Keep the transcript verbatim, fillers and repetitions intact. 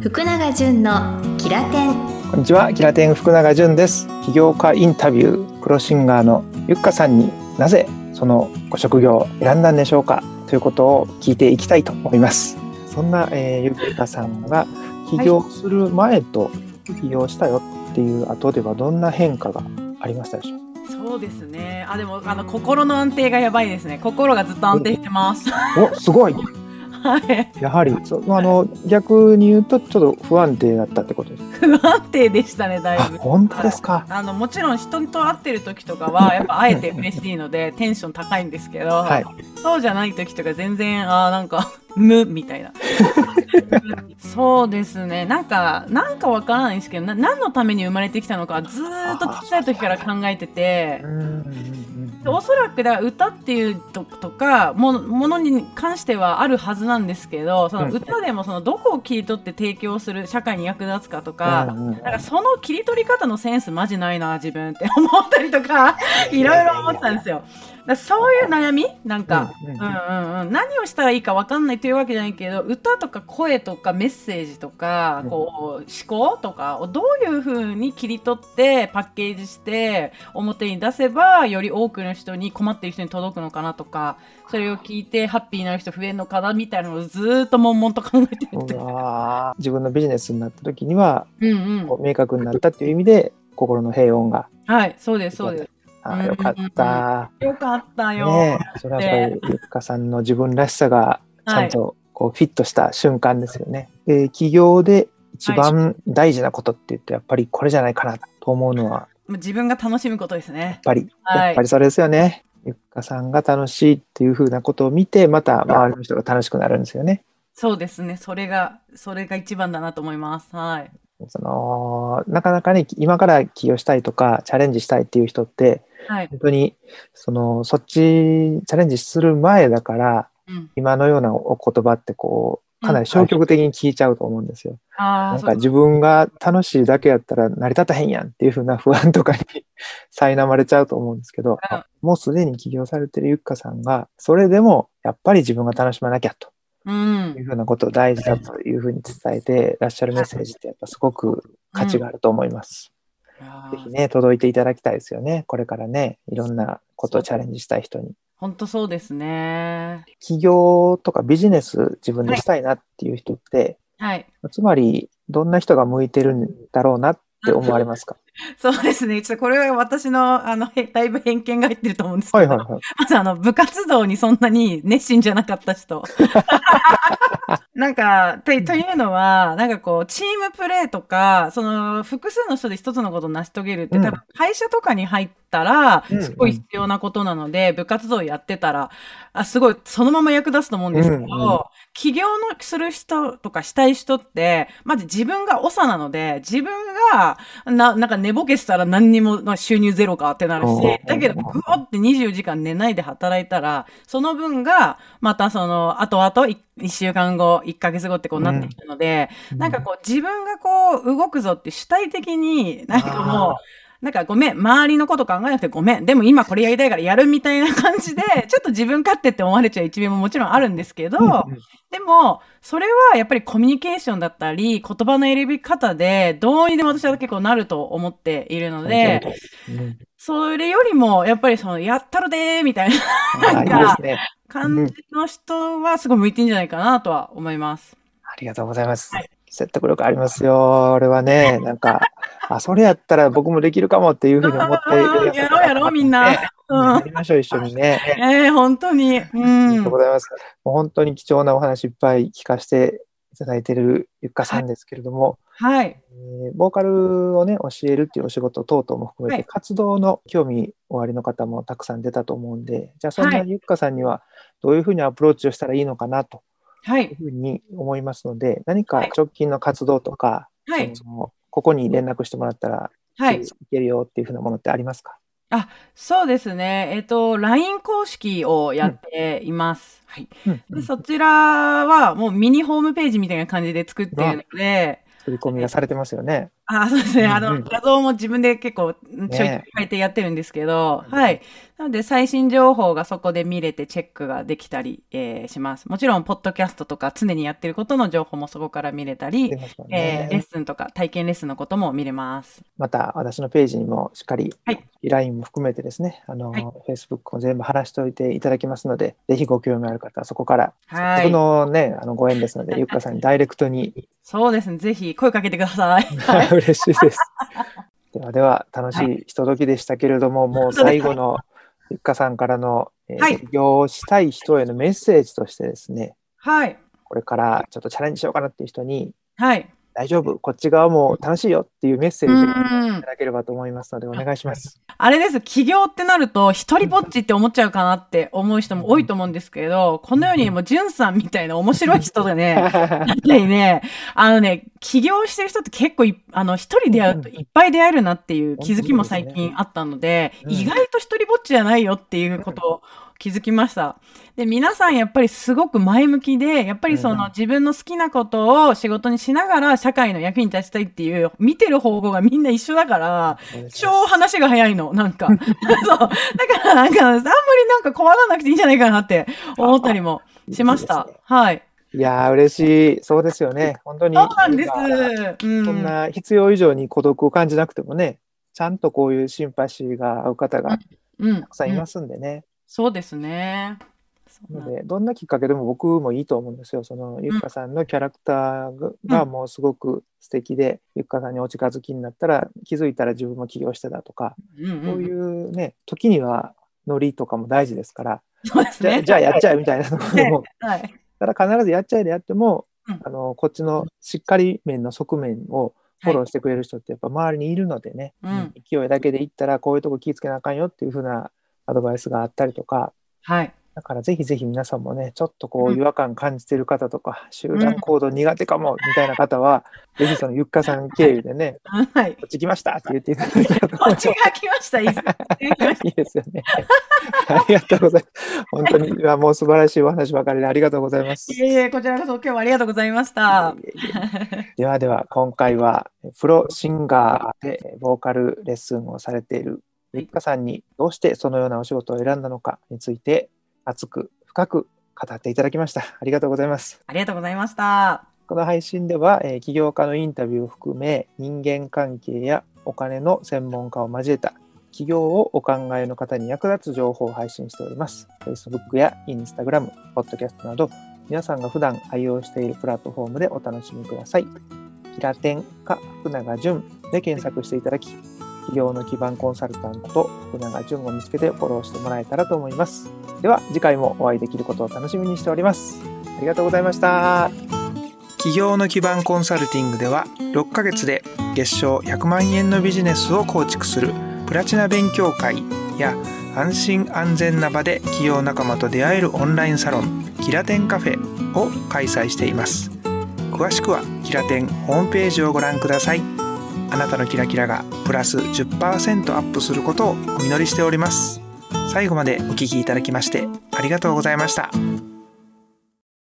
福永純のキラテン。 こんにちは、キラテン福永純です。起業家インタビュープロシンガーのゆっかさんになぜそのご職業を選んだんでしょうかということを聞いていきたいと思います。そんな、えー、ゆっかさんが起業する前と起業したよっていう後ではどんな変化がありましたでしょうか？ そうですね。あ、でもあの心の安定がやばいですね。心がずっと安定してます。 お、すごい。 はい。 やはりそあの逆に言うとちょっと不安定だったってことです。 不安定でしたね、だいぶ。 あ、本当ですか。 あのもちろん人と会ってる時とかはやっぱ会えて嬉しいのでテンション高いんですけど、はい、そうじゃない時とか全然あなんか無みたいな。そうですね。なんかなんかわからないんですけど、な何のために生まれてきたのかずーっと小さい時から考えてて。おそらくだ歌っていうととかもものに関してはあるはずなんですけど、その歌でもそのどこを切り取って提供する社会に役立つかとか、うんうん、だからその切り取り方のセンスマジないな自分って思ったりとかいろいろ思ったんですよ。だそういう悩みなんか、うんうんうん、何をしたらいいか分かんないというわけじゃないけど、歌とか声とかメッセージとかこう思考とかをどういう風に切り取ってパッケージして表に出せばより多くの人に困っている人に届くのかなとか、それを聞いてハッピーになる人増えるのかなみたいなのをずっと悶々と考えてるって。 自分のビジネスになった時には、うんうん、こう明確になったっていう意味で心の平穏が。 はいそうですそうです。 あ、よかった、 うん、よかったよ、 ね、それはやっぱりゆっかさんの自分らしさがちゃんとこうフィットした瞬間ですよね。はい、で起業で一番大事なことって言ってやっぱりこれじゃないかなと思うのは、 自分が楽しむことですね。やっぱり、はい、やっぱりそれですよね。ゆっかさんが楽しいっていう風なことを見てまた周りの人が楽しくなるんですよね。 そうですね。それがそれが一番だなと思います。はい。 そのなかなかね今から起業したいとかチャレンジしたいっていう人って、はい、本当にそのそっちチャレンジする前だから、うん、今のようなお言葉ってこうかなり消極的に聞いちゃうと思うんですよ。うん、なんか自分が楽しいだけやったら成り立たへんやんっていう風な不安とかに苛まれちゃうと思うんですけど、うん、もうすでに起業されてるゆっかさんがそれでもやっぱり自分が楽しまなきゃと。うん、いうふうなことを大事だというふうに伝えてらっしゃるメッセージってやっぱすごく価値があると思います。うん、ぜひね届いていただきたいですよね。これからねいろんなことをチャレンジしたい人に。 本当そうですね。 起業とかビジネス自分でしたいなっていう人って、はい、つまりどんな人が向いてるんだろうなって思われますか？ そうですね。ちょっとこれは私の、あの、だいぶ偏見が入ってると思うんですけど、はいはいはい、まずあの、部活動にそんなに熱心じゃなかった人。なんか、と、というのは、なんかこう、チームプレーとか、その、複数の人で一つのことを成し遂げるって、多分、会社とかに入ったら、すごい必要なことなので、うんうん、部活動やってたら、あ、すごい、そのまま役立つと思うんですけど、うんうん、起業のする人とかしたい人って、まず自分が長なので、自分が、な、なんか寝ぼけしたら何にも収入ゼロかってなるし、だけど、ぐおってにじゅうよじかん寝ないで働いたら、その分が、またその、後々いっしゅうかんご、いっかげつごってこうなってきたので、うん、なんかこう自分がこう動くぞって主体的に、なんかもう、なんかごめん、周りのこと考えなくてごめん、でも今これやりたいからやるみたいな感じで、ちょっと自分勝手って思われちゃう一面ももちろんあるんですけど、でも、それはやっぱりコミュニケーションだったり、言葉の選び方で、どうにでも私は結構なると思っているので、それよりも、やっぱりその、やったるでーみたいな、なんか、感じの人はすごい向いてんじゃないかなとは思います。 ありがとうございます。はい、説得力ありますよ。俺はね、なんか、あ、それやったら僕もできるかもっていうふうに思ってるやろうやろうみんな。 うん、やりましょう、一緒にね。 えー、本当に。うん。 ありがとうございます。もう本当に貴重なお話いっぱい聞かせていただいているゆっかさんですけれども、 はい。 えー、ボーカルをね、教えるっていうお仕事等々も含めて、はい、活動の興味おありの方もたくさん出たと思うんで、じゃあそんなゆっかさんにはどういうふうにアプローチをしたらいいのかなというふうに思いますので、はい、何か直近の活動とか、はい、そのここに連絡してもらったら、はい、いけるよっていうふうなものってありますか？ あ、そうですね。えっと、ライン 公式をやっています。うん、はい、うんうん。で、そちらはもうミニホームページみたいな感じで作っているので、 作り込みがされてますよね。 あ、そうですね。あの、うんうん、画像も自分で結構ちょいちょい変えてやってるんですけど、ね、はい。なので、最新情報がそこで見れてチェックができたり、えー、します。もちろん、ポッドキャストとか常にやってることの情報もそこから見れたり、ねえー、レッスンとか体験レッスンのことも見れます。 また、私のページにもしっかり、はい、ライン も含めてですね、あの、はい、Facebook も全部貼らしておいていただきますので、ぜひご興味ある方はそこから、はい、僕のね、あのご縁ですので、ゆっかさんにダイレクトに。 そうですね。ぜひ声かけてください。 はい、嬉しいです。ではでは、楽しいひとときでしたけれども、はい、もう最後のゆっかさんからの、えーはい、起業をしたい人へのメッセージとしてですね、 はい、 これからちょっとチャレンジしようかなっていう人に、 はい、 大丈夫、こっち側も楽しいよっていうメッセージをいただければと思いますので、お願いします。 あれです、起業ってなると、一人ぼっちって思っちゃうかなって思う人も多いと思うんですけど、このようにもう、じゅんさんみたいな面白い人がね、だってね、あのね、起業してる人って結構い、あの、一人出会うといっぱい出会えるなっていう気づきも最近あったので、でね、意外と一人ぼっちじゃないよっていうことを、気づきました。で、皆さんやっぱりすごく前向きで、やっぱりその自分の好きなことを仕事にしながら社会の役に立ちたいっていう、見てる方向がみんな一緒だから、超話が早いの、なんか。そう。だからなんか、あんまりなんか怖がらなくていいんじゃないかなって思ったりもしました。いいね、はい。 いやー、嬉しい。そうですよね。本当に。 そうなんです。 うん、そんな必要以上に孤独を感じなくてもね、ちゃんとこういうシンパシーが合う方がたくさんいますんでね。うんうん、 そうですね。 なので、どんなきっかけでも僕もいいと思うんですよ。その、ゆっかさんのキャラクターがもうすごく素敵で、うん、ゆっかさんにお近づきになったら、気づいたら自分も起業してたとか、うんうんうん、そういうね、時にはノリとかも大事ですから、 そうですね、 じゃあ、じゃあやっちゃえみたいなところも、はい、ただ必ずやっちゃえでやっても、うん、あの、こっちのしっかり面の側面をフォローしてくれる人ってやっぱ周りにいるのでね、はい、勢いだけでいったらこういうとこ気ぃつけなあかんよっていう風なアドバイスがあったりとか、 はい。 だからぜひぜひ皆さんもね、ちょっとこう違和感感じてる方とか、うん、集団行動苦手かもみたいな方は、うん、ぜひそのゆっかさん経由でね、はい、こっち来ましたって言っていただいたらと思います。 こっちが来ました、いいですいいですよね。ありがとうございます。本当に、もう素晴らしいお話ばかりでありがとうございます。 いえいえ、こちらこそ今日はありがとうございました。いえいえではでは、今回はプロシンガーでボーカルレッスンをされているゆっかさんにどうしてそのようなお仕事を選んだのかについて、熱く深く語っていただきました。ありがとうございます。 ありがとうございました。 この配信では、えー、起業家のインタビューを含め、人間関係やお金の専門家を交えた起業をお考えの方に役立つ情報を配信しております。Facebook や Instagram、Podcast など、皆さんが普段愛用しているプラットフォームでお楽しみください。キラテンか福永潤で検索していただき、起業の基盤コンサルタント福永潤を見つけてフォローしてもらえたらと思います。では次回もお会いできることを楽しみにしております。ありがとうございました。起業の基盤コンサルティングではろっかげつで月賞ひゃくまんえんのビジネスを構築するプラチナ勉強会や安心安全な場で起業仲間と出会えるオンラインサロンキラテンカフェを開催しています。詳しくはキラテンホームページをご覧ください。あなたのキラキラがプラス じゅっパーセント アップすることをお祈りしております。最後までお聞きいただきましてありがとうございました。